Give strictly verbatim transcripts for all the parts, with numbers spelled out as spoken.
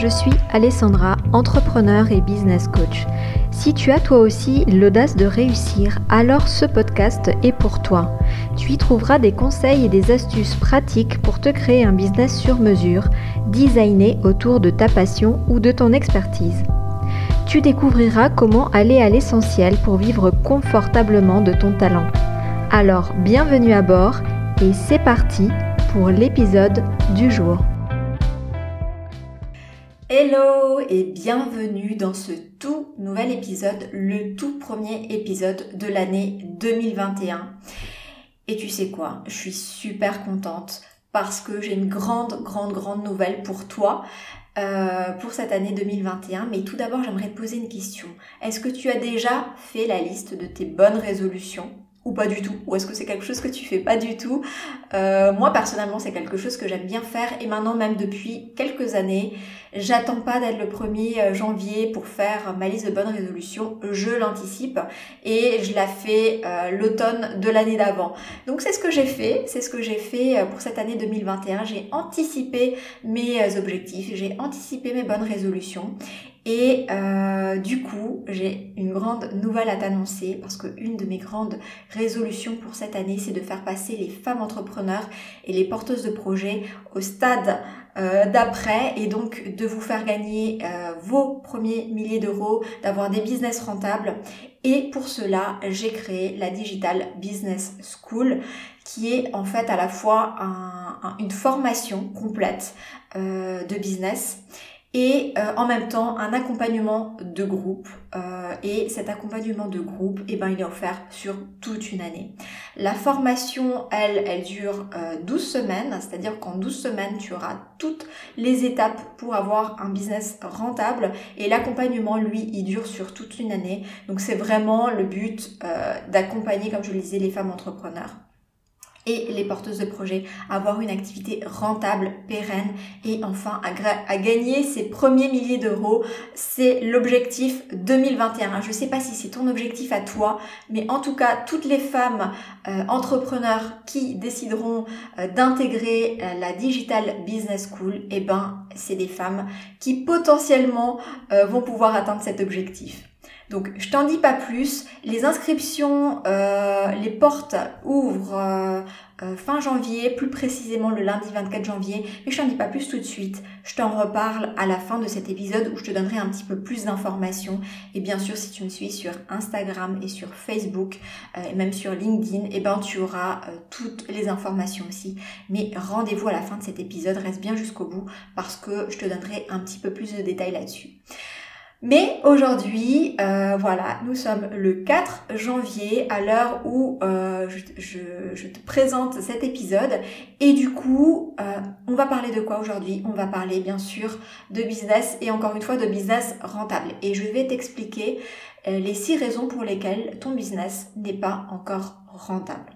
je suis Alessandra, entrepreneur et business coach. Si tu as toi aussi l'audace de réussir, alors ce podcast est pour toi. Tu y trouveras des conseils et des astuces pratiques pour te créer un business sur mesure, designé autour de ta passion ou de ton expertise. Tu découvriras comment aller à l'essentiel pour vivre confortablement de ton talent. Alors, bienvenue à bord et c'est parti pour l'épisode du jour. Hello et bienvenue dans ce tout nouvel épisode, le tout premier épisode de l'année deux mille vingt et un. Et tu sais quoi, je suis super contente parce que j'ai une grande, grande, grande nouvelle pour toi euh, pour cette année deux mille vingt et un. Mais tout d'abord, j'aimerais te poser une question. Est-ce que tu as déjà fait la liste de tes bonnes résolutions ? Ou pas du tout? Ou est-ce que c'est quelque chose que tu fais pas du tout? euh, Moi, personnellement, c'est quelque chose que j'aime bien faire. Et maintenant, même depuis quelques années, j'attends pas d'être le premier janvier pour faire ma liste de bonnes résolutions. Je l'anticipe et je la fais euh, l'automne de l'année d'avant. Donc, c'est ce que j'ai fait. C'est ce que j'ai fait pour cette année deux mille vingt et un. J'ai anticipé mes objectifs. J'ai anticipé mes bonnes résolutions. Et euh, du coup, j'ai une grande nouvelle à t'annoncer parce que une de mes grandes résolutions pour cette année, c'est de faire passer les femmes entrepreneurs et les porteuses de projets au stade euh, d'après et donc de vous faire gagner euh, vos premiers milliers d'euros, d'avoir des business rentables. Et pour cela, j'ai créé la Digital Business School qui est en fait à la fois un, un, une formation complète euh, de business et euh, en même temps un accompagnement de groupe euh, et cet accompagnement de groupe, eh ben, il est offert sur toute une année. La formation, elle, elle dure euh, douze semaines, c'est-à-dire qu'en douze semaines, tu auras toutes les étapes pour avoir un business rentable et l'accompagnement, lui, il dure sur toute une année. Donc c'est vraiment le but euh, d'accompagner, comme je le disais, les femmes entrepreneurs et les porteuses de projets, avoir une activité rentable, pérenne et enfin à, gra- à gagner ses premiers milliers d'euros. C'est l'objectif deux mille vingt et un. Je ne sais pas si c'est ton objectif à toi, mais en tout cas, toutes les femmes euh, entrepreneurs qui décideront euh, d'intégrer euh, la Digital Business School, eh ben, c'est des femmes qui potentiellement euh, vont pouvoir atteindre cet objectif. Donc, je t'en dis pas plus. Les inscriptions, euh, les portes ouvrent euh, euh, fin janvier, plus précisément le lundi vingt-quatre janvier. Mais je t'en dis pas plus tout de suite. Je t'en reparle à la fin de cet épisode où je te donnerai un petit peu plus d'informations. Et bien sûr, si tu me suis sur Instagram et sur Facebook euh, et même sur LinkedIn, eh ben tu auras euh, toutes les informations aussi. Mais rendez-vous à la fin de cet épisode. Reste bien jusqu'au bout parce que je te donnerai un petit peu plus de détails là-dessus. Mais aujourd'hui, euh, voilà, nous sommes le quatre janvier à l'heure où euh, je, je, je te présente cet épisode et du coup, euh, on va parler de quoi aujourd'hui? On va parler bien sûr de business et encore une fois de business rentable. Et je vais t'expliquer euh, les six raisons pour lesquelles ton business n'est pas encore rentable.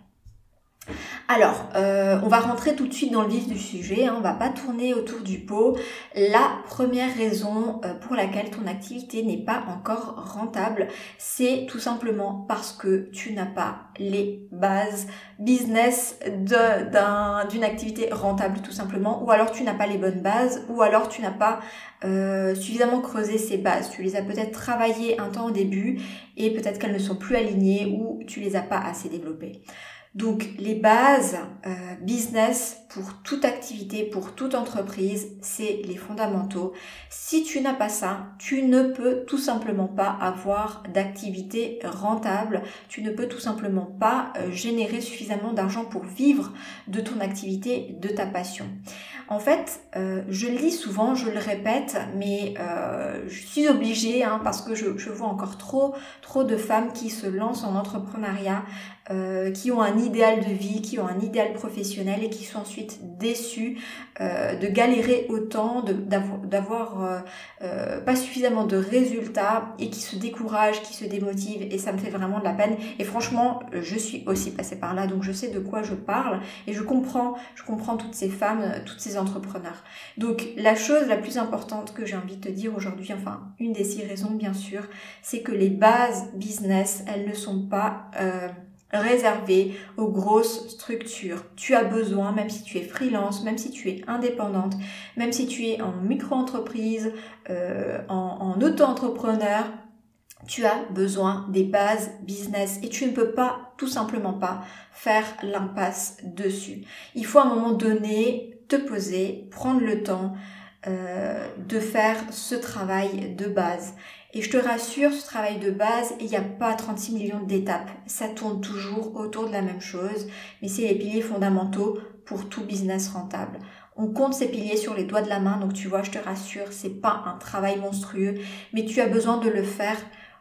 Alors, euh, on va rentrer tout de suite dans le vif du sujet, hein, on va pas tourner autour du pot. La première raison euh, pour laquelle ton activité n'est pas encore rentable, c'est tout simplement parce que tu n'as pas les bases business de, d'un, d'une activité rentable tout simplement, ou alors tu n'as pas les bonnes bases, ou alors tu n'as pas euh, suffisamment creusé ces bases. Tu les as peut-être travaillées un temps au début et peut-être qu'elles ne sont plus alignées ou tu les as pas assez développées. Donc les bases euh, business pour toute activité, pour toute entreprise, c'est les fondamentaux. Si tu n'as pas ça, tu ne peux tout simplement pas avoir d'activité rentable. Tu ne peux tout simplement pas euh, générer suffisamment d'argent pour vivre de ton activité, de ta passion. En fait, euh, je le dis souvent, je le répète, mais euh, je suis obligée hein, parce que je, je vois encore trop, trop de femmes qui se lancent en entrepreneuriat, euh, qui ont un idéal de vie, qui ont un idéal professionnel et qui sont ensuite déçues euh, de galérer autant, de, d'avoir, d'avoir euh, euh, pas suffisamment de résultats et qui se découragent, qui se démotivent et ça me fait vraiment de la peine. Et franchement, je suis aussi passée par là, donc je sais de quoi je parle et je comprends, je comprends toutes ces femmes, toutes ces entrepreneurs. Donc la chose la plus importante que j'ai envie de te dire aujourd'hui, enfin une des six raisons bien sûr, c'est que les bases business, elles ne sont pas euh, réservé aux grosses structures. Tu as besoin, même si tu es freelance, même si tu es indépendante, même si tu es en micro-entreprise, euh, en, en auto-entrepreneur, tu as besoin des bases business et tu ne peux pas, tout simplement pas, faire l'impasse dessus. Il faut à un moment donné te poser, prendre le temps euh, de faire ce travail de base. Et je te rassure, ce travail de base, il n'y a pas trente-six millions d'étapes. Ça tourne toujours autour de la même chose, mais c'est les piliers fondamentaux pour tout business rentable. On compte ces piliers sur les doigts de la main, donc tu vois, je te rassure, c'est pas un travail monstrueux, mais tu as besoin de le faire,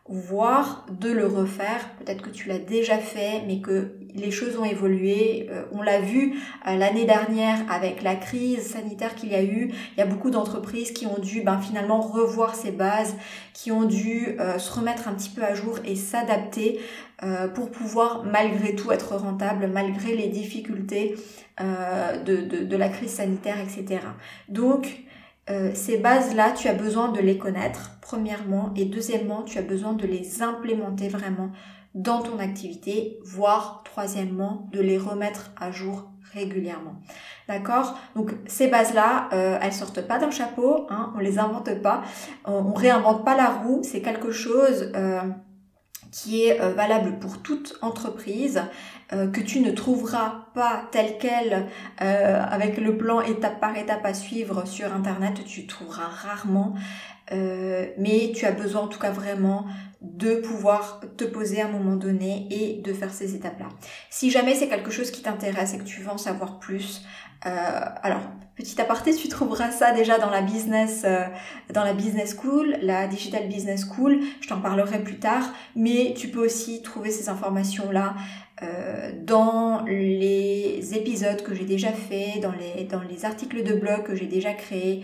voire de le refaire. Peut-être que tu l'as déjà fait, mais que les choses ont évolué. Euh, on l'a vu euh, l'année dernière avec la crise sanitaire qu'il y a eu. Il y a beaucoup d'entreprises qui ont dû ben, finalement revoir ces bases, qui ont dû euh, se remettre un petit peu à jour et s'adapter euh, pour pouvoir malgré tout être rentable, malgré les difficultés euh, de, de, de la crise sanitaire, et cetera. Donc, Euh, ces bases-là, tu as besoin de les connaître, premièrement, et deuxièmement, tu as besoin de les implémenter vraiment dans ton activité, voire troisièmement, de les remettre à jour régulièrement. D'accord? Donc ces bases-là, euh, elles sortent pas d'un chapeau, hein, on les invente pas, on, on réinvente pas la roue, c'est quelque chose euh, qui est euh, valable pour toute entreprise, euh, que tu ne trouveras pas tel quel euh, avec le plan étape par étape à suivre sur internet, tu trouveras rarement, euh, mais tu as besoin en tout cas vraiment de pouvoir te poser à un moment donné et de faire ces étapes-là. Si jamais c'est quelque chose qui t'intéresse et que tu veux en savoir plus, euh, alors petit aparté, tu trouveras ça déjà dans la business, euh, dans la business school, la digital business school. Je t'en parlerai plus tard, mais tu peux aussi trouver ces informations-là euh, dans les épisodes que j'ai déjà fait, dans les dans les articles de blog que j'ai déjà créés.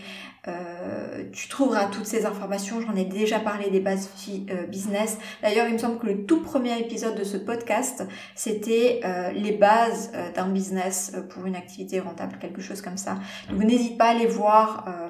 Euh, tu trouveras toutes ces informations. J'en ai déjà parlé des bases euh, business. D'ailleurs, il me semble que le tout premier épisode de ce podcast, c'était euh, les bases euh, d'un business pour une activité rentable, quelque chose comme ça. Donc n'hésite pas à aller voir euh,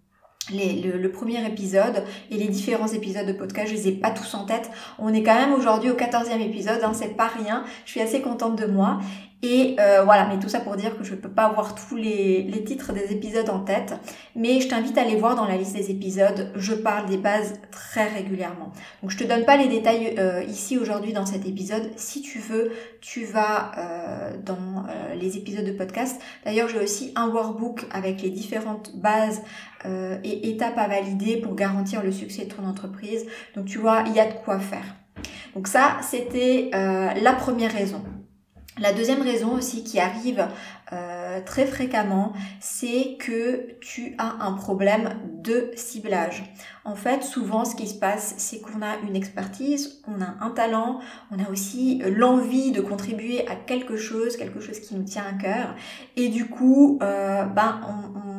les, le, le premier épisode et les différents épisodes de podcast. Je les ai pas tous en tête. On est quand même aujourd'hui au quatorzième épisode, hein, c'est pas rien. Je suis assez contente de moi. Et euh, voilà, mais tout ça pour dire que je peux pas avoir tous les, les titres des épisodes en tête, mais je t'invite à aller voir dans la liste des épisodes, je parle des bases très régulièrement. Donc je te donne pas les détails euh, ici aujourd'hui dans cet épisode. Si tu veux, tu vas euh, dans euh, les épisodes de podcast. D'ailleurs, j'ai aussi un workbook avec les différentes bases euh, et étapes à valider pour garantir le succès de ton entreprise. Donc tu vois, il y a de quoi faire. Donc ça, c'était euh, la première raison. La deuxième raison aussi qui arrive euh, très fréquemment, c'est que tu as un problème de ciblage. En fait, souvent, ce qui se passe, c'est qu'on a une expertise, on a un talent, on a aussi l'envie de contribuer à quelque chose, quelque chose qui nous tient à cœur. Et du coup, euh, ben, on, on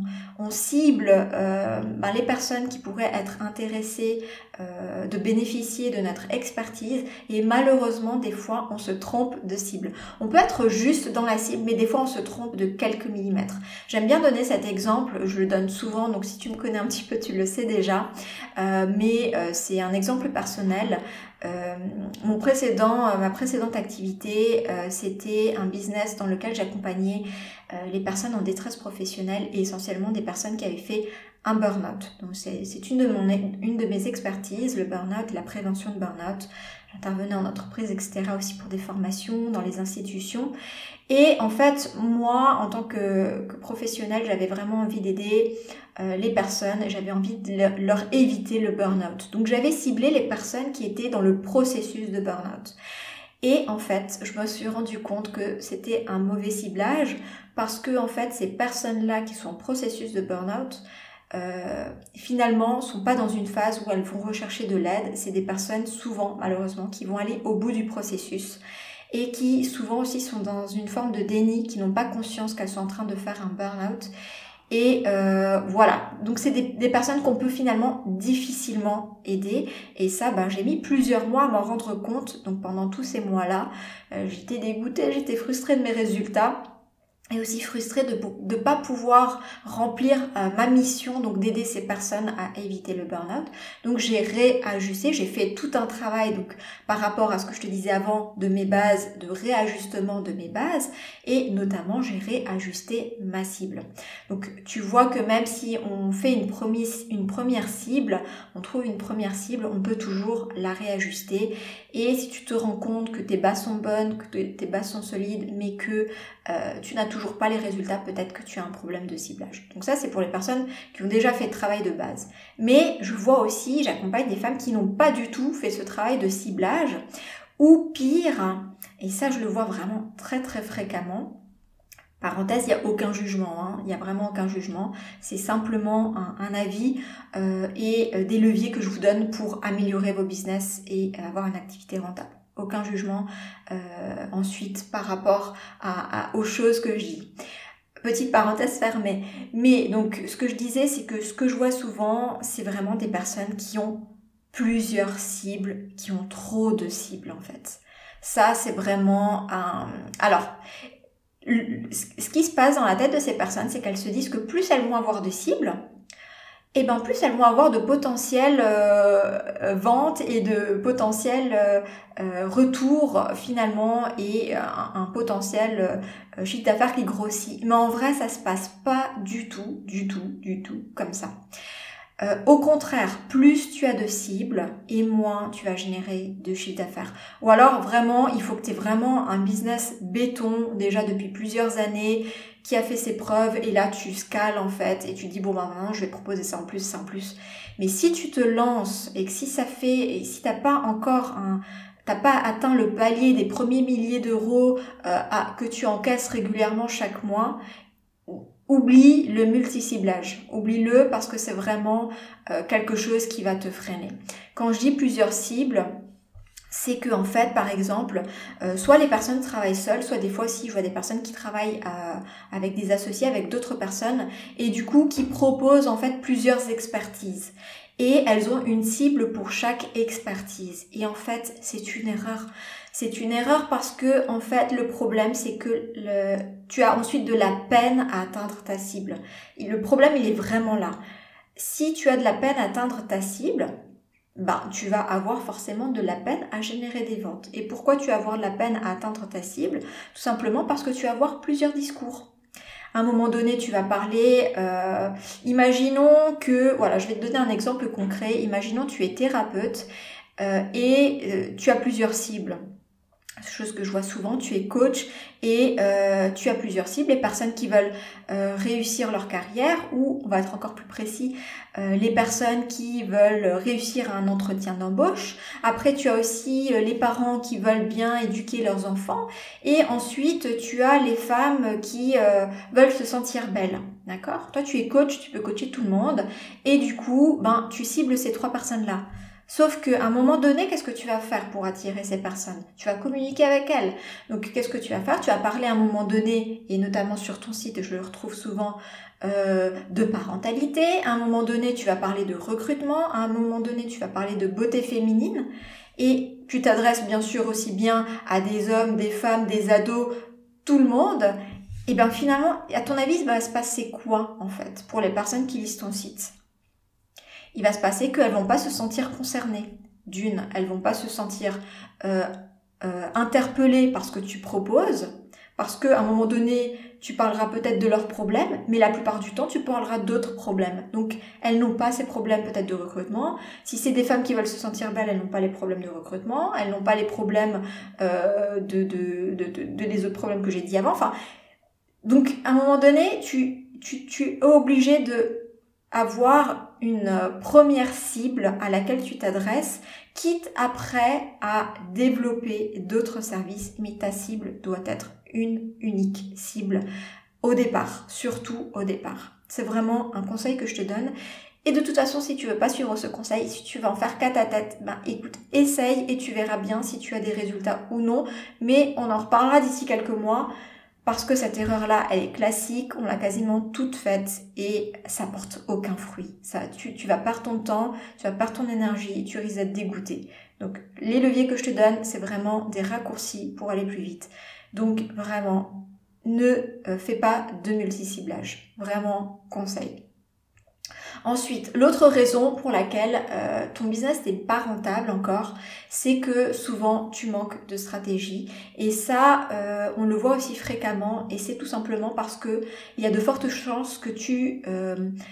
on cible euh, ben, les personnes qui pourraient être intéressées euh, de bénéficier de notre expertise et malheureusement des fois on se trompe de cible. On peut être juste dans la cible mais des fois on se trompe de quelques millimètres. J'aime bien donner cet exemple, je le donne souvent donc si tu me connais un petit peu tu le sais déjà, euh, mais euh, c'est un exemple personnel. Euh, mon précédent, euh, ma précédente activité, euh, c'était un business dans lequel j'accompagnais euh, les personnes en détresse professionnelle et essentiellement des personnes qui avaient fait un burn-out. Donc c'est, c'est une de mon, une de mes expertises, le burn-out, la prévention de burn-out. J'intervenais en entreprise, et cetera aussi pour des formations dans les institutions. Et en fait, moi, en tant que, que professionnelle, j'avais vraiment envie d'aider euh, les personnes. J'avais envie de le, leur éviter le burn-out. Donc, j'avais ciblé les personnes qui étaient dans le processus de burn-out. Et en fait, je me suis rendu compte que c'était un mauvais ciblage parce que en fait, ces personnes-là qui sont en processus de burn-out, Euh, finalement sont pas dans une phase où elles vont rechercher de l'aide. C'est des personnes souvent malheureusement qui vont aller au bout du processus et qui souvent aussi sont dans une forme de déni, qui n'ont pas conscience qu'elles sont en train de faire un burn-out et euh, voilà, donc c'est des, des personnes qu'on peut finalement difficilement aider et ça ben, j'ai mis plusieurs mois à m'en rendre compte. Donc pendant tous ces mois-là euh, j'étais dégoûtée, j'étais frustrée de mes résultats. et aussi frustrée de ne pas pouvoir remplir euh, ma mission, donc d'aider ces personnes à éviter le burn-out. Donc j'ai réajusté, j'ai fait tout un travail donc par rapport à ce que je te disais avant de mes bases, de réajustement de mes bases, et notamment j'ai réajusté ma cible. Donc tu vois que même si on fait une première, une première cible, on trouve une première cible, on peut toujours la réajuster. Et si tu te rends compte que tes bases sont bonnes, que tes bases sont solides, mais que euh, tu n'as toujours pas les résultats, peut-être que tu as un problème de ciblage. Donc ça, c'est pour les personnes qui ont déjà fait le travail de base. Mais je vois aussi, j'accompagne des femmes qui n'ont pas du tout fait ce travail de ciblage, ou pire, et ça je le vois vraiment très très fréquemment. Parenthèse, il n'y a aucun jugement, hein. Il n'y a vraiment aucun jugement. C'est simplement un, un avis euh, et euh, des leviers que je vous donne pour améliorer vos business et avoir une activité rentable. Aucun jugement euh, ensuite par rapport à, à, aux choses que je dis. Petite parenthèse fermée. Mais donc, ce que je disais, c'est que ce que je vois souvent, c'est vraiment des personnes qui ont plusieurs cibles, qui ont trop de cibles en fait. Ça, c'est vraiment un... Alors... ce qui se passe dans la tête de ces personnes, c'est qu'elles se disent que plus elles vont avoir de cibles, et ben plus elles vont avoir de potentiel euh, vente et de potentiel euh, euh, retour finalement et un, un potentiel euh, chiffre d'affaires qui grossit. Mais en vrai, ça se passe pas du tout, du tout, du tout comme ça. Euh, au contraire, plus tu as de cibles et moins tu vas générer de chiffre d'affaires. Ou alors vraiment, il faut que tu aies vraiment un business béton déjà depuis plusieurs années qui a fait ses preuves et là tu scales en fait et tu dis bon ben maintenant je vais proposer ça en plus, ça en plus. Mais si tu te lances et que si ça fait et si t'as pas encore un t'as pas atteint le palier des premiers milliers d'euros euh, à, que tu encaisses régulièrement chaque mois, oublie le multi-ciblage, oublie-le parce que c'est vraiment euh, quelque chose qui va te freiner. Quand je dis plusieurs cibles, c'est que en fait, par exemple, euh, soit les personnes travaillent seules, soit des fois aussi je vois des personnes qui travaillent euh, avec des associés, avec d'autres personnes, et du coup qui proposent en fait plusieurs expertises. Et elles ont une cible pour chaque expertise. Et en fait, c'est une erreur. C'est une erreur parce que, en fait, le problème, c'est que le, tu as ensuite de la peine à atteindre ta cible. Et le problème, il est vraiment là. Si tu as de la peine à atteindre ta cible, ben, tu vas avoir forcément de la peine à générer des ventes. Et pourquoi tu vas avoir de la peine à atteindre ta cible? Tout simplement parce que tu vas avoir plusieurs discours. À un moment donné, tu vas parler, euh, imaginons que, voilà, je vais te donner un exemple concret, imaginons tu es thérapeute euh, et euh, tu as plusieurs cibles. Chose que je vois souvent, tu es coach et euh, tu as plusieurs cibles, les personnes qui veulent euh, réussir leur carrière ou, on va être encore plus précis, euh, les personnes qui veulent réussir un entretien d'embauche. Après, tu as aussi euh, les parents qui veulent bien éduquer leurs enfants et ensuite, tu as les femmes qui euh, veulent se sentir belles. D'accord? Toi, tu es coach, tu peux coacher tout le monde et du coup, ben, tu cibles ces trois personnes-là. Sauf qu'à un moment donné, qu'est-ce que tu vas faire pour attirer ces personnes? Tu vas communiquer avec elles. Donc, qu'est-ce que tu vas faire? Tu vas parler à un moment donné, et notamment sur ton site, je le retrouve souvent, euh, de parentalité. À un moment donné, tu vas parler de recrutement. À un moment donné, tu vas parler de beauté féminine. Et tu t'adresses bien sûr aussi bien à des hommes, des femmes, des ados, tout le monde. Et bien finalement, à ton avis, il va se passer quoi en fait pour les personnes qui lisent ton site? Il va se passer qu'elles vont pas se sentir concernées. D'une, elles vont pas se sentir euh, euh, interpellées par ce que tu proposes, parce qu'à un moment donné, tu parleras peut-être de leurs problèmes, mais la plupart du temps, tu parleras d'autres problèmes. Donc, elles n'ont pas ces problèmes peut-être de recrutement. Si c'est des femmes qui veulent se sentir belles, elles n'ont pas les problèmes de recrutement, elles n'ont pas les problèmes euh, de, de, de, de, de les autres problèmes que j'ai dit avant. Enfin, donc, à un moment donné, tu, tu, tu es obligé de avoir une première cible à laquelle tu t'adresses, quitte après à développer d'autres services, mais ta cible doit être une unique cible au départ, surtout au départ. C'est vraiment un conseil que je te donne. Et de toute façon, si tu veux pas suivre ce conseil, si tu veux en faire qu'à ta tête, ben écoute, essaye et tu verras bien si tu as des résultats ou non. Mais on en reparlera d'ici quelques mois. Parce que cette erreur-là, elle est classique, on l'a quasiment toute faite et ça porte aucun fruit. Ça, tu, tu vas perdre ton temps, tu vas perdre ton énergie, tu risques d'être dégoûté. Donc, les leviers que je te donne, c'est vraiment des raccourcis pour aller plus vite. Donc, vraiment, ne euh, fais pas de multi-ciblage. Vraiment, conseil. Ensuite, l'autre raison pour laquelle euh, ton business n'est pas rentable encore, c'est que souvent tu manques de stratégie. Et ça, euh, on le voit aussi fréquemment, et c'est tout simplement parce que il y a de fortes chances que tu euh,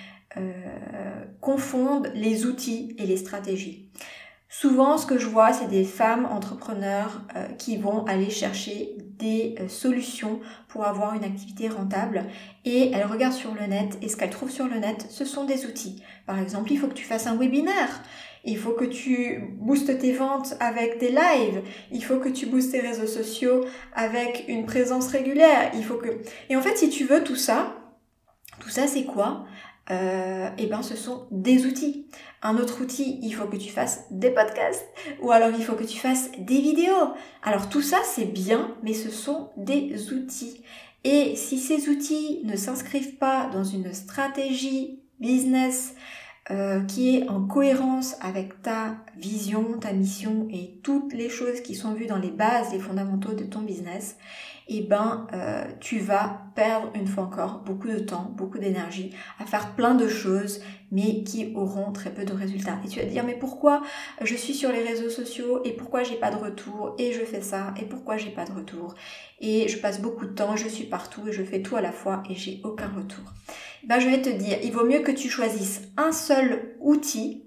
euh, confondes les outils et les stratégies. Souvent, ce que je vois, c'est des femmes entrepreneurs euh, qui vont aller chercher des euh, solutions pour avoir une activité rentable et elles regardent sur le net et ce qu'elles trouvent sur le net, ce sont des outils. Par exemple, il faut que tu fasses un webinaire, il faut que tu boostes tes ventes avec des lives, il faut que tu boostes tes réseaux sociaux avec une présence régulière, il faut que... Et en fait, si tu veux tout ça, tout ça c'est quoi ? Euh, et ben ce sont des outils. Un autre outil, il faut que tu fasses des podcasts ou alors il faut que tu fasses des vidéos. Alors tout ça c'est bien, mais ce sont des outils. Et si ces outils ne s'inscrivent pas dans une stratégie business euh, qui est en cohérence avec ta vision, ta mission et toutes les choses qui sont vues dans les bases, les fondamentaux de ton business, eh ben euh, tu vas perdre une fois encore beaucoup de temps, beaucoup d'énergie à faire plein de choses mais qui auront très peu de résultats. Et tu vas te dire mais pourquoi je suis sur les réseaux sociaux et pourquoi j'ai pas de retour et je fais ça et pourquoi j'ai pas de retour et je passe beaucoup de temps, je suis partout et je fais tout à la fois et j'ai aucun retour. Ben je vais te dire, il vaut mieux que tu choisisses un seul outil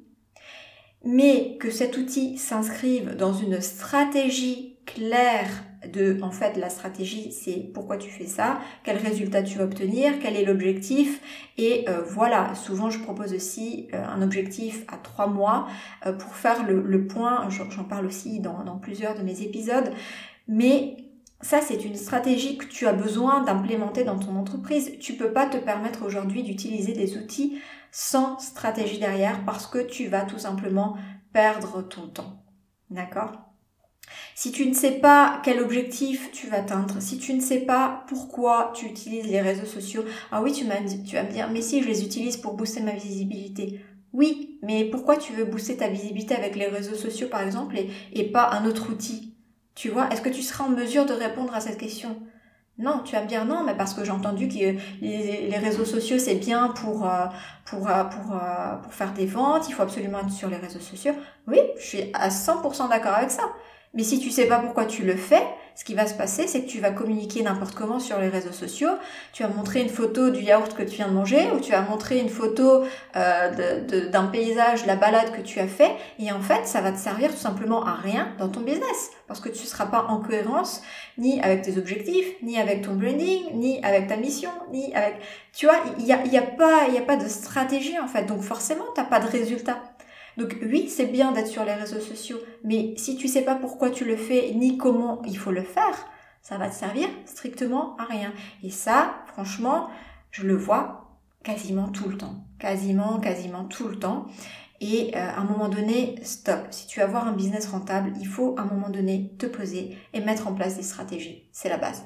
mais que cet outil s'inscrive dans une stratégie claire de, en fait, la stratégie, c'est pourquoi tu fais ça, quel résultat tu vas obtenir, quel est l'objectif, et euh, voilà, souvent je propose aussi euh, un objectif à trois mois euh, pour faire le, le point, j'en parle aussi dans, dans plusieurs de mes épisodes, mais ça c'est une stratégie que tu as besoin d'implémenter dans ton entreprise. Tu peux pas te permettre aujourd'hui d'utiliser des outils sans stratégie derrière parce que tu vas tout simplement perdre ton temps, d'accord ? Si tu ne sais pas quel objectif tu vas atteindre, si tu ne sais pas pourquoi tu utilises les réseaux sociaux, ah oui, tu, m'as dit, tu vas me dire, mais si, je les utilise pour booster ma visibilité. Oui, mais pourquoi tu veux booster ta visibilité avec les réseaux sociaux, par exemple, et, et pas un autre outil ? Tu vois, est-ce que tu seras en mesure de répondre à cette question ? Non, tu vas me dire non, mais parce que j'ai entendu que les, les réseaux sociaux, c'est bien pour, euh, pour, euh, pour, euh, pour faire des ventes, il faut absolument être sur les réseaux sociaux. Oui, je suis à cent pour cent d'accord avec ça. Mais si tu sais pas pourquoi tu le fais, ce qui va se passer, c'est que tu vas communiquer n'importe comment sur les réseaux sociaux. Tu vas montrer une photo du yaourt que tu viens de manger ou tu vas montrer une photo euh, de, de, d'un paysage, de la balade que tu as fait. Et en fait, ça va te servir tout simplement à rien dans ton business parce que tu ne seras pas en cohérence ni avec tes objectifs, ni avec ton branding, ni avec ta mission, ni avec... Tu vois, il y a, il y a pas, il y a pas de stratégie en fait. Donc forcément, tu n'as pas de résultat. Donc oui, c'est bien d'être sur les réseaux sociaux, mais si tu sais pas pourquoi tu le fais, ni comment il faut le faire, ça va te servir strictement à rien. Et ça, franchement, je le vois quasiment tout le temps. Quasiment, quasiment tout le temps. Et euh, à un moment donné, stop. Si tu veux avoir un business rentable, il faut à un moment donné te poser et mettre en place des stratégies. C'est la base.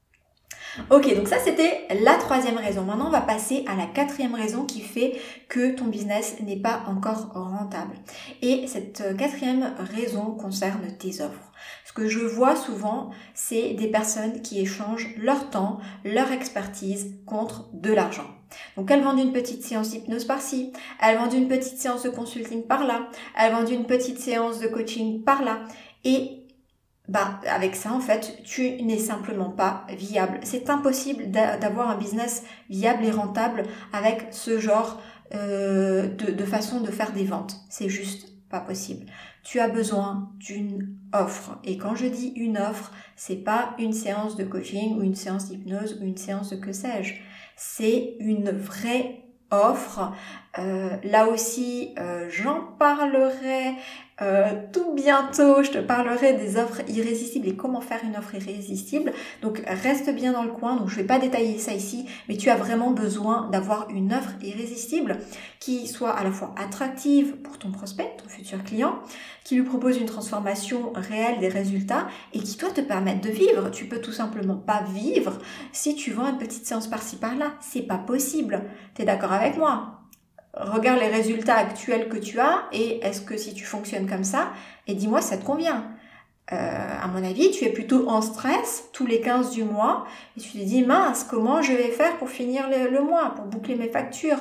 Ok, donc ça c'était la troisième raison. Maintenant, on va passer à la quatrième raison qui fait que ton business n'est pas encore rentable. Et cette quatrième raison concerne tes offres. Ce que je vois souvent, c'est des personnes qui échangent leur temps, leur expertise contre de l'argent. Donc elles vendent une petite séance d'hypnose par-ci, elles vendent une petite séance de consulting par-là, elles vendent une petite séance de coaching par-là. Et bah, avec ça, en fait, tu n'es simplement pas viable. C'est impossible d'avoir un business viable et rentable avec ce genre euh, de, de façon de faire des ventes. C'est juste pas possible. Tu as besoin d'une offre. Et quand je dis une offre, c'est pas une séance de coaching ou une séance d'hypnose ou une séance de que sais-je. C'est une vraie offre. Euh, là aussi, euh, j'en parlerai euh, tout bientôt. Je te parlerai des offres irrésistibles et comment faire une offre irrésistible. Donc, reste bien dans le coin. Donc, je vais pas détailler ça ici, mais tu as vraiment besoin d'avoir une offre irrésistible qui soit à la fois attractive pour ton prospect, ton futur client, qui lui propose une transformation réelle des résultats et qui, toi, te permette de vivre. Tu peux tout simplement pas vivre si tu vends une petite séance par-ci par-là. C'est pas possible. T'es d'accord avec moi ? Regarde les résultats actuels que tu as et est-ce que si tu fonctionnes comme ça, et dis-moi si ça te convient. Euh, à mon avis, tu es plutôt en stress tous les quinze du mois et tu te dis mince, comment je vais faire pour finir le, le mois, pour boucler mes factures,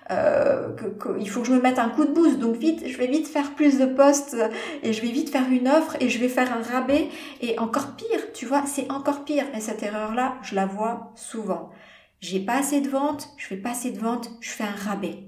euh, que, que, il faut que je me mette un coup de boost, donc vite, je vais vite faire plus de posts et je vais vite faire une offre et je vais faire un rabais et encore pire, tu vois, c'est encore pire et cette erreur-là, je la vois souvent. J'ai pas assez de ventes, je fais pas assez de ventes, je fais un rabais.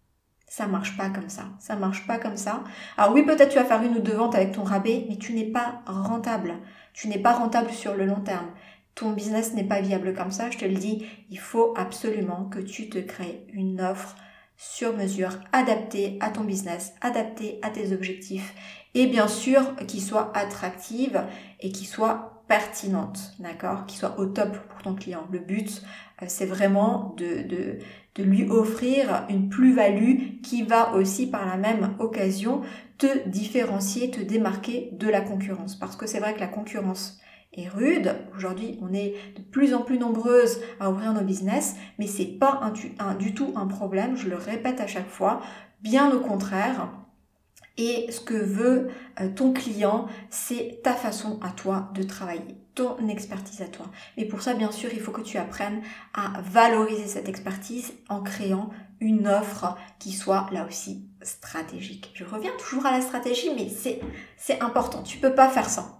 Ça marche pas comme ça. Ça marche pas comme ça. Alors oui, peut-être tu vas faire une ou deux ventes avec ton rabais, mais tu n'es pas rentable. Tu n'es pas rentable sur le long terme. Ton business n'est pas viable comme ça, je te le dis. Il faut absolument que tu te crées une offre sur mesure, adaptée à ton business, adaptée à tes objectifs et bien sûr qui soit attractive et qui soit pertinente, d'accord, qui soit au top pour ton client. Le but, c'est vraiment de, de, de lui offrir une plus-value qui va aussi par la même occasion te différencier, te démarquer de la concurrence. Parce que c'est vrai que la concurrence est rude. Aujourd'hui, on est de plus en plus nombreuses à ouvrir nos business, mais c'est pas un, un, du tout un problème, je le répète à chaque fois, bien au contraire. Et ce que veut euh, ton client, c'est ta façon à toi de travailler, ton expertise à toi. Mais pour ça, bien sûr, il faut que tu apprennes à valoriser cette expertise en créant une offre qui soit là aussi stratégique. Je reviens toujours à la stratégie, mais c'est, c'est important. Tu peux pas faire sans.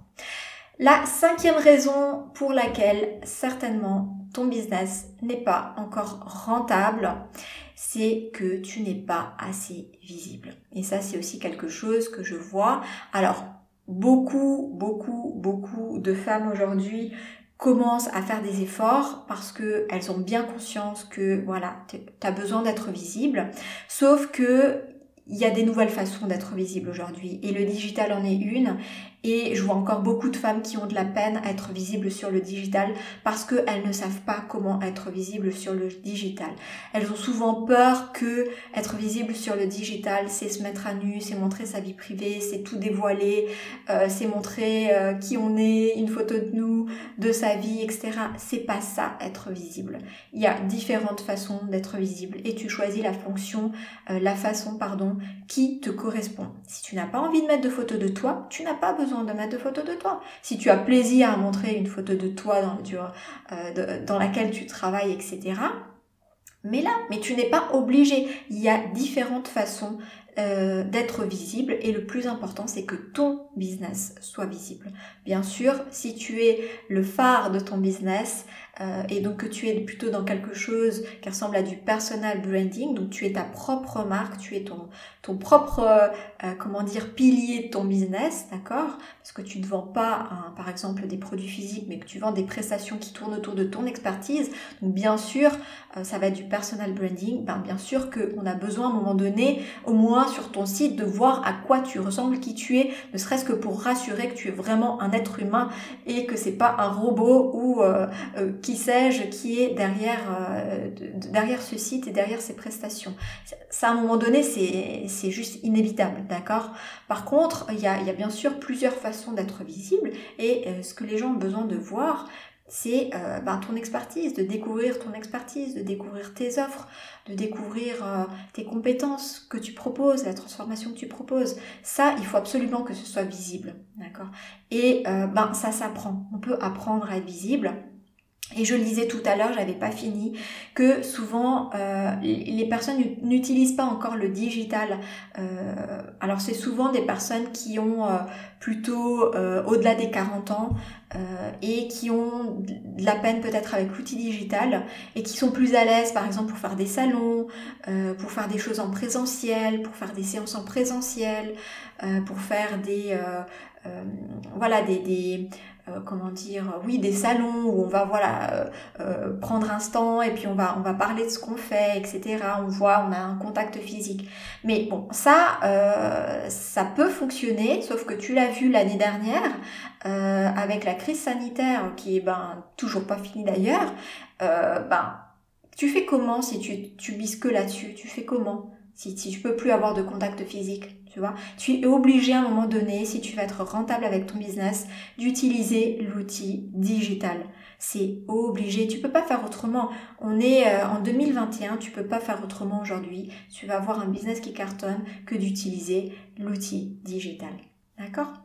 La cinquième raison pour laquelle certainement ton business n'est pas encore rentable, c'est que tu n'es pas assez visible. Et ça, c'est aussi quelque chose que je vois. Alors, beaucoup, beaucoup, beaucoup de femmes aujourd'hui commencent à faire des efforts parce que elles ont bien conscience que, voilà, tu as besoin d'être visible. Sauf que il y a des nouvelles façons d'être visible aujourd'hui et le digital en est une. Et je vois encore beaucoup de femmes qui ont de la peine à être visibles sur le digital parce qu'elles ne savent pas comment être visibles sur le digital. Elles ont souvent peur que être visible sur le digital, c'est se mettre à nu, c'est montrer sa vie privée, c'est tout dévoiler, euh, c'est montrer euh, qui on est, une photo de nous, de sa vie, et cetera. C'est pas ça, être visible. Il y a différentes façons d'être visible et tu choisis la fonction, euh, la façon, pardon, qui te correspond. Si tu n'as pas envie de mettre de photos de toi, tu n'as pas besoin de mettre de photos de toi. Si tu as plaisir à montrer une photo de toi dans, du, euh, de, dans laquelle tu travailles, et cetera, mais là, mais tu n'es pas obligé. Il y a différentes façons euh, d'être visible et le plus important, c'est que ton business soit visible. Bien sûr, si tu es le phare de ton business euh, et donc que tu es plutôt dans quelque chose qui ressemble à du personal branding, donc tu es ta propre marque, tu es ton, ton propre, euh, comment dire, pilier de ton business, d'accord ? Parce que tu ne vends pas, hein, par exemple, des produits physiques, mais que tu vends des prestations qui tournent autour de ton expertise. Donc bien sûr, euh, ça va être du personal branding. Ben, bien sûr qu'on a besoin à un moment donné, au moins sur ton site, de voir à quoi tu ressembles, qui tu es, ne serait-ce que pour rassurer que tu es vraiment un être humain et que c'est pas un robot ou euh, euh, qui sais-je qui est derrière euh, de, derrière ce site et derrière ces prestations. Ça, à un moment donné, c'est c'est juste inévitable, d'accord ? Par contre, il y a, il y a bien sûr plusieurs façons d'être visible et euh, ce que les gens ont besoin de voir, c'est euh, ben, ton expertise, de découvrir ton expertise, de découvrir tes offres, de découvrir euh, tes compétences que tu proposes, la transformation que tu proposes. Ça, il faut absolument que ce soit visible, d'accord ? Et euh, ben ça s'apprend. On peut apprendre à être visible. Et je le disais tout à l'heure, j'avais pas fini, que souvent euh, les personnes n'utilisent pas encore le digital. Euh, alors c'est souvent des personnes qui ont euh, plutôt euh, au-delà des quarante ans euh, et qui ont de la peine peut-être avec l'outil digital et qui sont plus à l'aise par exemple pour faire des salons, euh, pour faire des choses en présentiel, pour faire des séances en présentiel, euh, pour faire des euh, euh, voilà des, des Euh, comment dire, oui, des salons où on va voilà euh, euh, prendre un stand et puis on va on va parler de ce qu'on fait, et cetera. On voit, on a un contact physique. Mais bon, ça euh, ça peut fonctionner, sauf que tu l'as vu l'année dernière euh, avec la crise sanitaire qui est ben toujours pas finie d'ailleurs. Euh, ben tu fais comment si tu tu mises que là-dessus? Tu fais comment si si tu peux plus avoir de contact physique? Tu vois, tu es obligé à un moment donné, si tu veux être rentable avec ton business, d'utiliser l'outil digital. C'est obligé. Tu peux pas faire autrement. On est euh, en deux mille vingt et un, tu peux pas faire autrement aujourd'hui. Tu vas avoir un business qui cartonne que d'utiliser l'outil digital. D'accord ?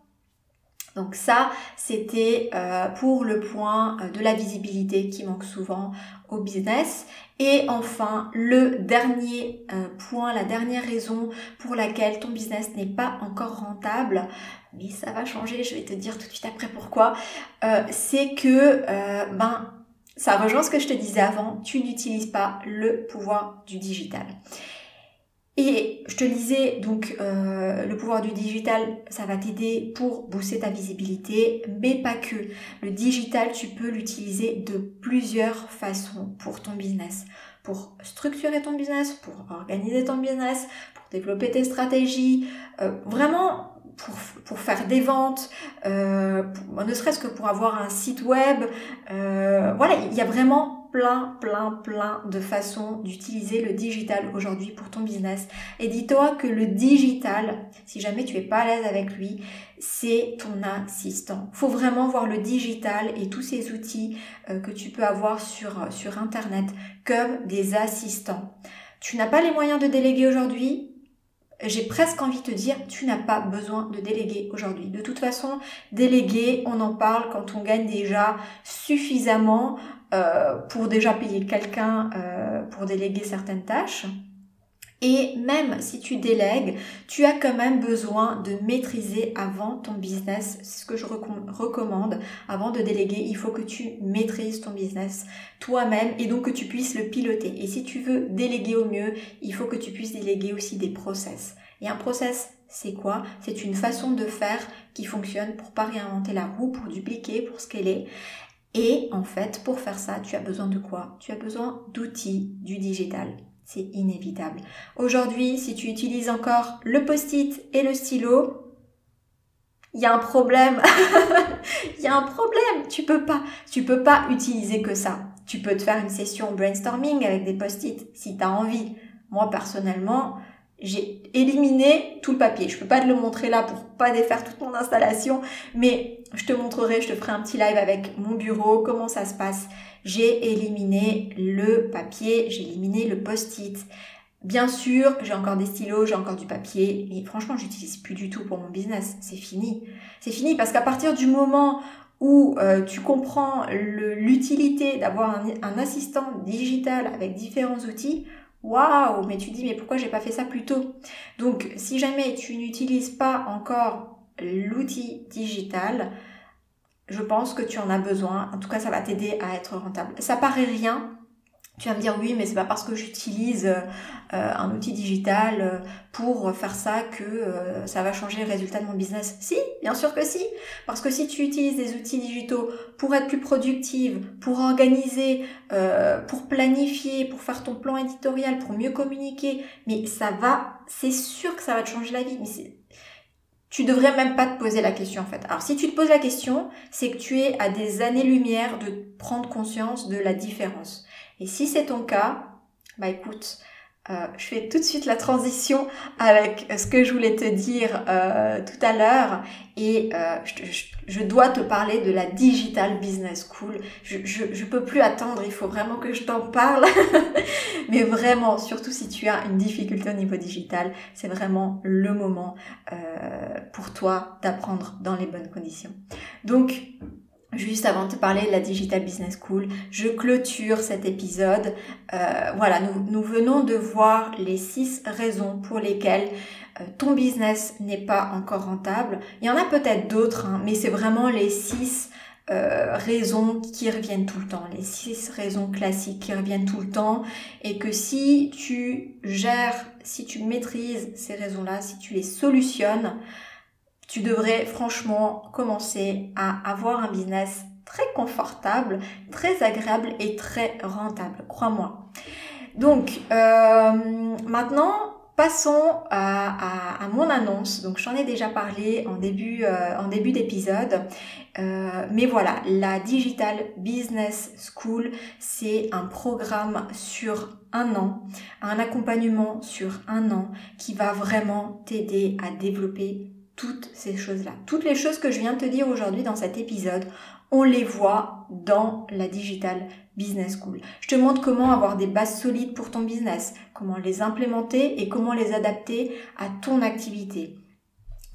Donc ça, c'était euh, pour le point de la visibilité qui manque souvent au business. Et enfin, le dernier euh, point, la dernière raison pour laquelle ton business n'est pas encore rentable, mais ça va changer, je vais te dire tout de suite après pourquoi, euh, c'est que euh, ben ça rejoint ce que je te disais avant, tu n'utilises pas le pouvoir du digital. Et je te disais, donc, euh, le pouvoir du digital, ça va t'aider pour booster ta visibilité, mais pas que. Le digital, tu peux l'utiliser de plusieurs façons pour ton business. Pour structurer ton business, pour organiser ton business, pour développer tes stratégies, euh, vraiment pour, pour faire des ventes, euh, pour, ne serait-ce que pour avoir un site web. Euh, voilà, il y a vraiment plein, plein, plein de façons d'utiliser le digital aujourd'hui pour ton business. Et dis-toi que le digital, si jamais tu es pas à l'aise avec lui, c'est ton assistant. Faut vraiment voir le digital et tous ces outils euh, que tu peux avoir sur, sur Internet comme des assistants. Tu n'as pas les moyens de déléguer aujourd'hui? J'ai presque envie de te dire, tu n'as pas besoin de déléguer aujourd'hui. De toute façon, déléguer, on en parle quand on gagne déjà suffisamment euh, pour déjà payer quelqu'un euh, pour déléguer certaines tâches. Et même si tu délègues, tu as quand même besoin de maîtriser avant ton business. C'est ce que je recommande. Avant de déléguer, il faut que tu maîtrises ton business toi-même et donc que tu puisses le piloter. Et si tu veux déléguer au mieux, il faut que tu puisses déléguer aussi des process. Et un process, c'est quoi? C'est une façon de faire qui fonctionne pour pas réinventer la roue, pour dupliquer, pour scaler. Et en fait, pour faire ça, tu as besoin de quoi? Tu as besoin d'outils du digital. C'est inévitable. Aujourd'hui, si tu utilises encore le post-it et le stylo, il y a un problème. Il y a un problème. Tu peux pas, tu peux pas utiliser que ça. Tu peux te faire une session brainstorming avec des post-it si tu as envie. Moi, personnellement, j'ai éliminé tout le papier. Je peux pas te le montrer là pour pas défaire toute mon installation, mais je te montrerai, je te ferai un petit live avec mon bureau, comment ça se passe. J'ai éliminé le papier, j'ai éliminé le post-it. Bien sûr, j'ai encore des stylos, j'ai encore du papier, mais franchement, j'utilise plus du tout pour mon business. C'est fini. C'est fini parce qu'à partir du moment où euh, tu comprends le, l'utilité d'avoir un, un assistant digital avec différents outils, waouh, mais tu dis, mais pourquoi j'ai pas fait ça plus tôt? Donc, si jamais tu n'utilises pas encore l'outil digital, je pense que tu en as besoin. En tout cas, ça va t'aider à être rentable. Ça paraît rien. Tu vas me dire, oui, mais c'est pas parce que j'utilise euh, un outil digital euh, pour faire ça que euh, ça va changer le résultat de mon business. Si, bien sûr que si. Parce que si tu utilises des outils digitaux pour être plus productive, pour organiser, euh, pour planifier, pour faire ton plan éditorial, pour mieux communiquer, mais ça va, c'est sûr que ça va te changer la vie. Mais c'est... Tu devrais même pas te poser la question en fait. Alors si tu te poses la question, c'est que tu es à des années-lumière de prendre conscience de la différence. Et si c'est ton cas, bah écoute, euh, je fais tout de suite la transition avec ce que je voulais te dire euh, tout à l'heure et euh, je, je, je dois te parler de la Digital Business School. Je, je, je peux plus attendre, il faut vraiment que je t'en parle. Mais vraiment, surtout si tu as une difficulté au niveau digital, c'est vraiment le moment euh, pour toi d'apprendre dans les bonnes conditions. Donc, juste avant de te parler de la Digital Business School, je clôture cet épisode. Euh, voilà, nous, nous venons de voir les six raisons pour lesquelles euh, ton business n'est pas encore rentable. Il y en a peut-être d'autres, hein, mais c'est vraiment les six euh, raisons qui reviennent tout le temps, les six raisons classiques qui reviennent tout le temps, et que si tu gères, si tu maîtrises ces raisons-là, si tu les solutionnes, tu devrais franchement commencer à avoir un business très confortable, très agréable et très rentable, crois-moi. Donc, euh, maintenant, passons à, à, à mon annonce. Donc, j'en ai déjà parlé en début, euh, en début d'épisode. Euh, mais voilà, la Digital Business School, c'est un programme sur un an, un accompagnement sur un an qui va vraiment t'aider à développer toutes ces choses-là. Toutes les choses que je viens de te dire aujourd'hui dans cet épisode, on les voit dans la Digital Business School. Je te montre comment avoir des bases solides pour ton business, comment les implémenter et comment les adapter à ton activité.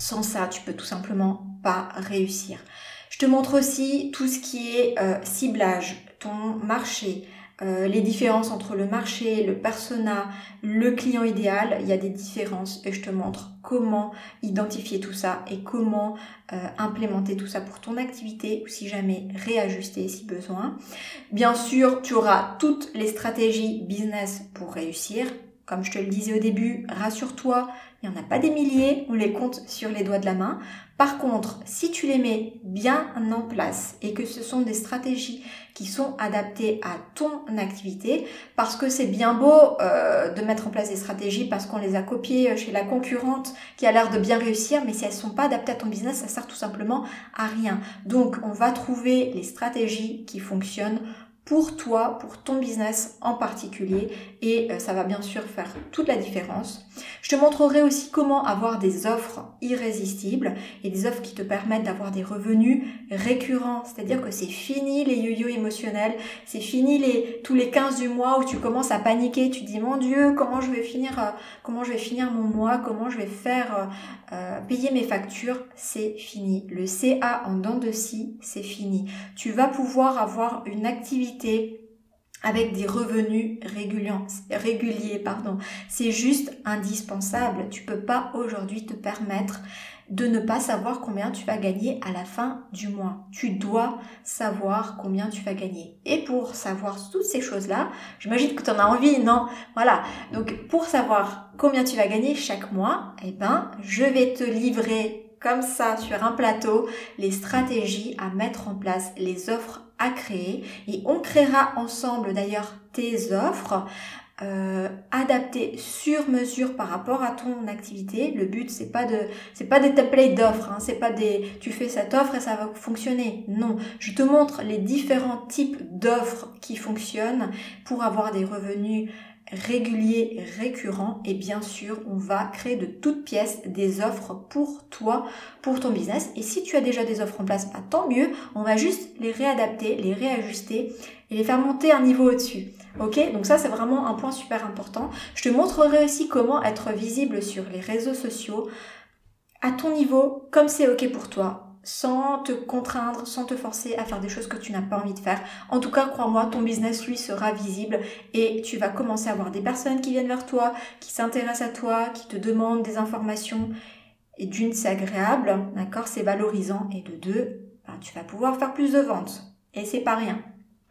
Sans ça, tu peux tout simplement pas réussir. Je te montre aussi tout ce qui est euh, ciblage, ton marché, euh, les différences entre le marché, le persona, le client idéal. Il y a des différences et je te montre comment identifier tout ça et comment euh, implémenter tout ça pour ton activité ou si jamais réajuster si besoin. Bien sûr, tu auras toutes les stratégies business pour réussir. Comme je te le disais au début, rassure-toi, il n'y en a pas des milliers, on les compte sur les doigts de la main. Par contre, si tu les mets bien en place et que ce sont des stratégies qui sont adaptées à ton activité, parce que c'est bien beau euh, de mettre en place des stratégies parce qu'on les a copiées chez la concurrente qui a l'air de bien réussir, mais si elles ne sont pas adaptées à ton business, ça sert tout simplement à rien. Donc, on va trouver les stratégies qui fonctionnent pour toi, pour ton business en particulier, et ça va bien sûr faire toute la différence. Je te montrerai aussi comment avoir des offres irrésistibles et des offres qui te permettent d'avoir des revenus récurrents, c'est-à-dire que c'est fini les yo-yo émotionnels, c'est fini les tous les quinze du mois où tu commences à paniquer, tu te dis mon Dieu, comment je vais finir euh, comment je vais finir mon mois, comment je vais faire euh, euh, payer mes factures, c'est fini. Le C A en dents de scie, c'est fini. Tu vas pouvoir avoir une activité avec des revenus réguliers, réguliers, pardon. C'est juste indispensable. Tu peux pas aujourd'hui te permettre de ne pas savoir combien tu vas gagner à la fin du mois. Tu dois savoir combien tu vas gagner. Et pour savoir toutes ces choses-là, j'imagine que tu en as envie, non? Voilà. Donc, pour savoir combien tu vas gagner chaque mois, eh ben, je vais te livrer comme ça sur un plateau les stratégies à mettre en place, les offres à créer, et on créera ensemble d'ailleurs tes offres euh, adaptées sur mesure par rapport à ton activité. Le but c'est pas de c'est pas des templates d'offres, hein, c'est pas des tu fais cette offre et ça va fonctionner. Non, je te montre les différents types d'offres qui fonctionnent pour avoir des revenus réguliers et récurrents, et bien sûr on va créer de toutes pièces des offres pour toi, pour ton business. Et si tu as déjà des offres en place, bah, tant mieux, on va juste les réadapter, les réajuster et les faire monter un niveau au-dessus. Ok, donc ça c'est vraiment un point super important. Je te montrerai aussi comment être visible sur les réseaux sociaux à ton niveau, comme c'est ok pour toi, sans te contraindre, sans te forcer à faire des choses que tu n'as pas envie de faire. En tout cas, crois-moi, ton business, lui, sera visible et tu vas commencer à avoir des personnes qui viennent vers toi, qui s'intéressent à toi, qui te demandent des informations. Et d'une, c'est agréable, d'accord, c'est valorisant. Et de deux, ben, tu vas pouvoir faire plus de ventes. Et c'est pas rien.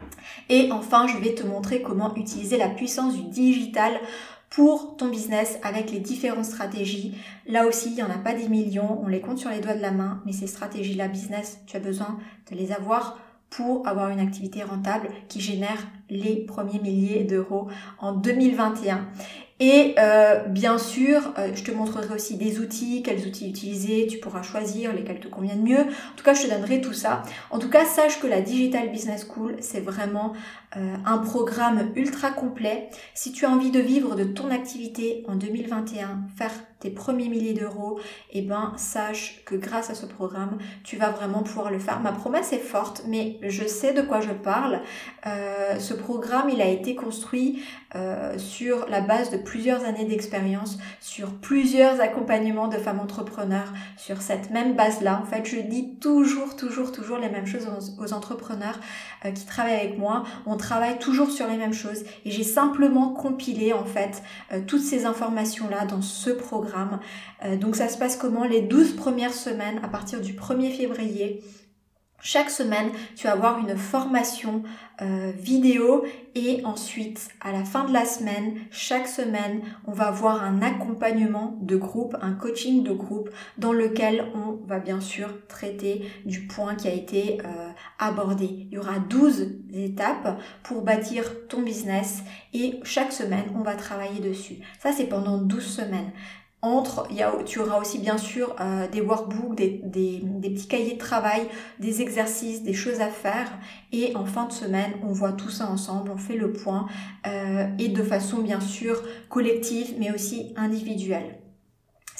Et enfin, je vais te montrer comment utiliser la puissance du digital pour ton business avec les différentes stratégies. Là aussi, il n'y en a pas des millions, on les compte sur les doigts de la main, mais ces stratégies-là, business, tu as besoin de les avoir pour avoir une activité rentable qui génère les premiers milliers d'euros en deux mille vingt et un. Et euh, bien sûr, euh, je te montrerai aussi des outils, quels outils utiliser, tu pourras choisir lesquels te conviennent mieux. En tout cas, je te donnerai tout ça. En tout cas, sache que la Digital Business School, c'est vraiment euh, un programme ultra complet. Si tu as envie de vivre de ton activité en deux mille vingt et un, faire tes premiers milliers d'euros, eh ben, sache que grâce à ce programme, tu vas vraiment pouvoir le faire. Ma promesse est forte, mais je sais de quoi je parle. Euh, ce programme, il a été construit euh, sur la base de plusieurs années d'expérience, sur plusieurs accompagnements de femmes entrepreneurs, sur cette même base-là. En fait, je dis toujours, toujours, toujours les mêmes choses aux, aux entrepreneurs euh, qui travaillent avec moi. On travaille toujours sur les mêmes choses et j'ai simplement compilé en fait euh, toutes ces informations-là dans ce programme. Euh, donc ça se passe comment? Les douze premières semaines, à partir du premier février, chaque semaine, tu vas avoir une formation euh, vidéo et ensuite, à la fin de la semaine, chaque semaine, on va avoir un accompagnement de groupe, un coaching de groupe dans lequel on va bien sûr traiter du point qui a été euh, abordé. Il y aura douze étapes pour bâtir ton business et chaque semaine, on va travailler dessus. Ça, c'est pendant douze semaines. Entre, il y a, tu auras aussi bien sûr euh, des workbooks, des, des, des petits cahiers de travail, des exercices, des choses à faire. Et en fin de semaine, on voit tout ça ensemble, on fait le point euh, et de façon bien sûr collective, mais aussi individuelle.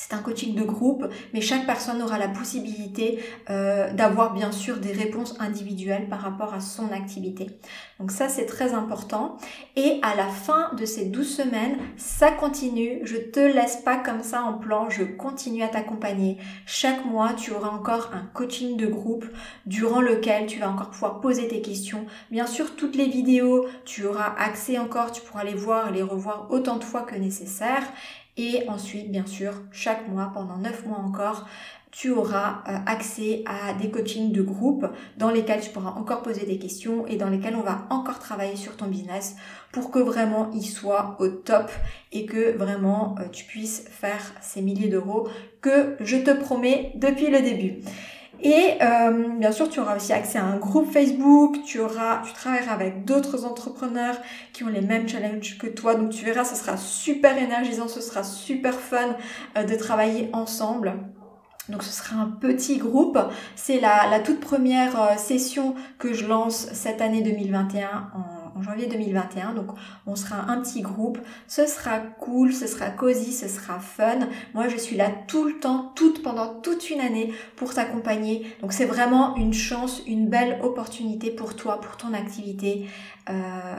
C'est un coaching de groupe, mais chaque personne aura la possibilité euh, d'avoir bien sûr des réponses individuelles par rapport à son activité. Donc ça, c'est très important. Et à la fin de ces douze semaines, ça continue. Je te laisse pas comme ça en plan, je continue à t'accompagner. Chaque mois, tu auras encore un coaching de groupe durant lequel tu vas encore pouvoir poser tes questions. Bien sûr, toutes les vidéos, tu auras accès encore, tu pourras les voir et les revoir autant de fois que nécessaire. Et ensuite, bien sûr, chaque mois, pendant neuf mois encore, tu auras euh, accès à des coachings de groupe dans lesquels tu pourras encore poser des questions et dans lesquels on va encore travailler sur ton business pour que vraiment il soit au top et que vraiment euh, tu puisses faire ces milliers d'euros que je te promets depuis le début. Et euh, bien sûr, tu auras aussi accès à un groupe Facebook, tu auras, tu travailleras avec d'autres entrepreneurs qui ont les mêmes challenges que toi. Donc tu verras, ce sera super énergisant, ce sera super fun euh, de travailler ensemble. Donc ce sera un petit groupe. C'est la, la toute première euh, session que je lance cette année deux mille vingt et un en en janvier deux mille vingt et un, donc on sera un petit groupe, ce sera cool, ce sera cosy, ce sera fun. Moi je suis là tout le temps, toute, pendant toute une année pour t'accompagner, donc c'est vraiment une chance, une belle opportunité pour toi, pour ton activité euh,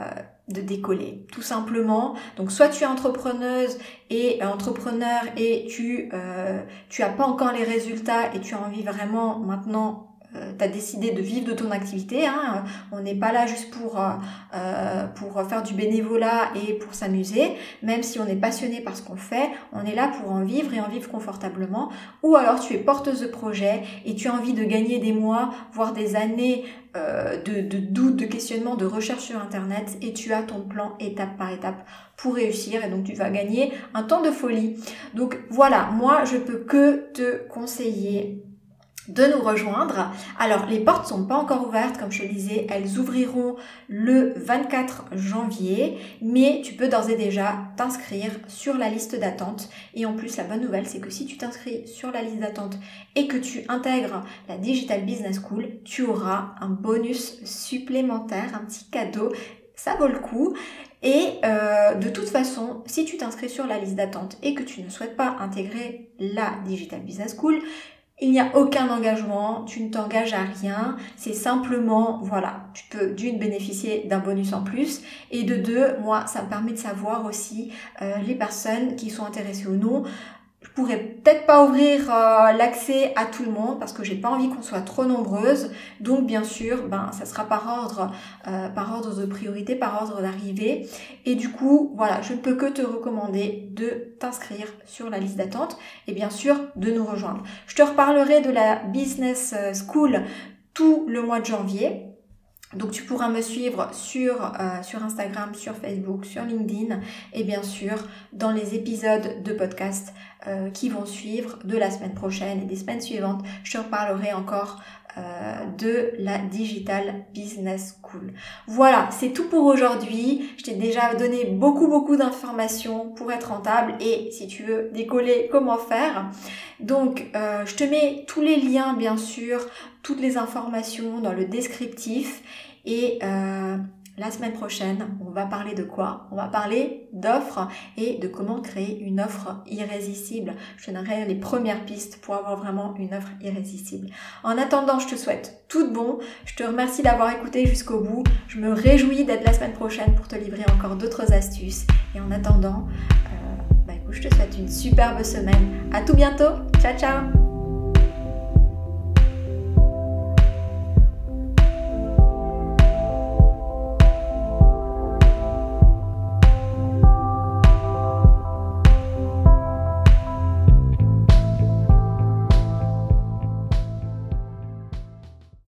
de décoller, tout simplement. Donc soit tu es entrepreneuse et euh, entrepreneur et tu euh, tu as pas encore les résultats et tu as envie vraiment maintenant Euh, tu as décidé de vivre de ton activité, hein. On n'est pas là juste pour, euh, pour faire du bénévolat et pour s'amuser, même si on est passionné par ce qu'on fait, on est là pour en vivre et en vivre confortablement. Ou alors tu es porteuse de projet et tu as envie de gagner des mois, voire des années euh, de, de doutes, de questionnements, de recherche sur internet et tu as ton plan étape par étape pour réussir et donc tu vas gagner un temps de folie. Donc voilà, moi je peux que te conseiller de nous rejoindre. Alors les portes sont pas encore ouvertes, comme je te le disais, elles ouvriront le vingt-quatre janvier, mais tu peux d'ores et déjà t'inscrire sur la liste d'attente. Et en plus la bonne nouvelle, c'est que si tu t'inscris sur la liste d'attente et que tu intègres la Digital Business School, tu auras un bonus supplémentaire, un petit cadeau, ça vaut le coup. Et euh, de toute façon, si tu t'inscris sur la liste d'attente et que tu ne souhaites pas intégrer la Digital Business School, il n'y a aucun engagement, tu ne t'engages à rien, c'est simplement, voilà, tu peux d'une bénéficier d'un bonus en plus et de deux, moi, ça me permet de savoir aussi euh, les personnes qui sont intéressées ou non. Je pourrais peut-être pas ouvrir euh, l'accès à tout le monde parce que j'ai pas envie qu'on soit trop nombreuses. Donc bien sûr, ben ça sera par ordre, euh, par ordre de priorité, par ordre d'arrivée. Et du coup, voilà, je ne peux que te recommander de t'inscrire sur la liste d'attente et bien sûr de nous rejoindre. Je te reparlerai de la Business School tout le mois de janvier. Donc tu pourras me suivre sur, euh, sur Instagram, sur Facebook, sur LinkedIn et bien sûr dans les épisodes de podcast euh, qui vont suivre de la semaine prochaine et des semaines suivantes. Je te reparlerai encore euh, de la Digital Business School. Voilà, c'est tout pour aujourd'hui. Je t'ai déjà donné beaucoup beaucoup d'informations pour être rentable et si tu veux décoller, comment faire. Donc euh, je te mets tous les liens bien sûr, toutes les informations dans le descriptif et euh, la semaine prochaine, on va parler de quoi? On va parler d'offres et de comment créer une offre irrésistible. Je te donnerai les premières pistes pour avoir vraiment une offre irrésistible. En attendant, je te souhaite tout de bon. Je te remercie d'avoir écouté jusqu'au bout. Je me réjouis d'être la semaine prochaine pour te livrer encore d'autres astuces. Et en attendant, euh, bah écoute, je te souhaite une superbe semaine. À tout bientôt. Ciao, ciao!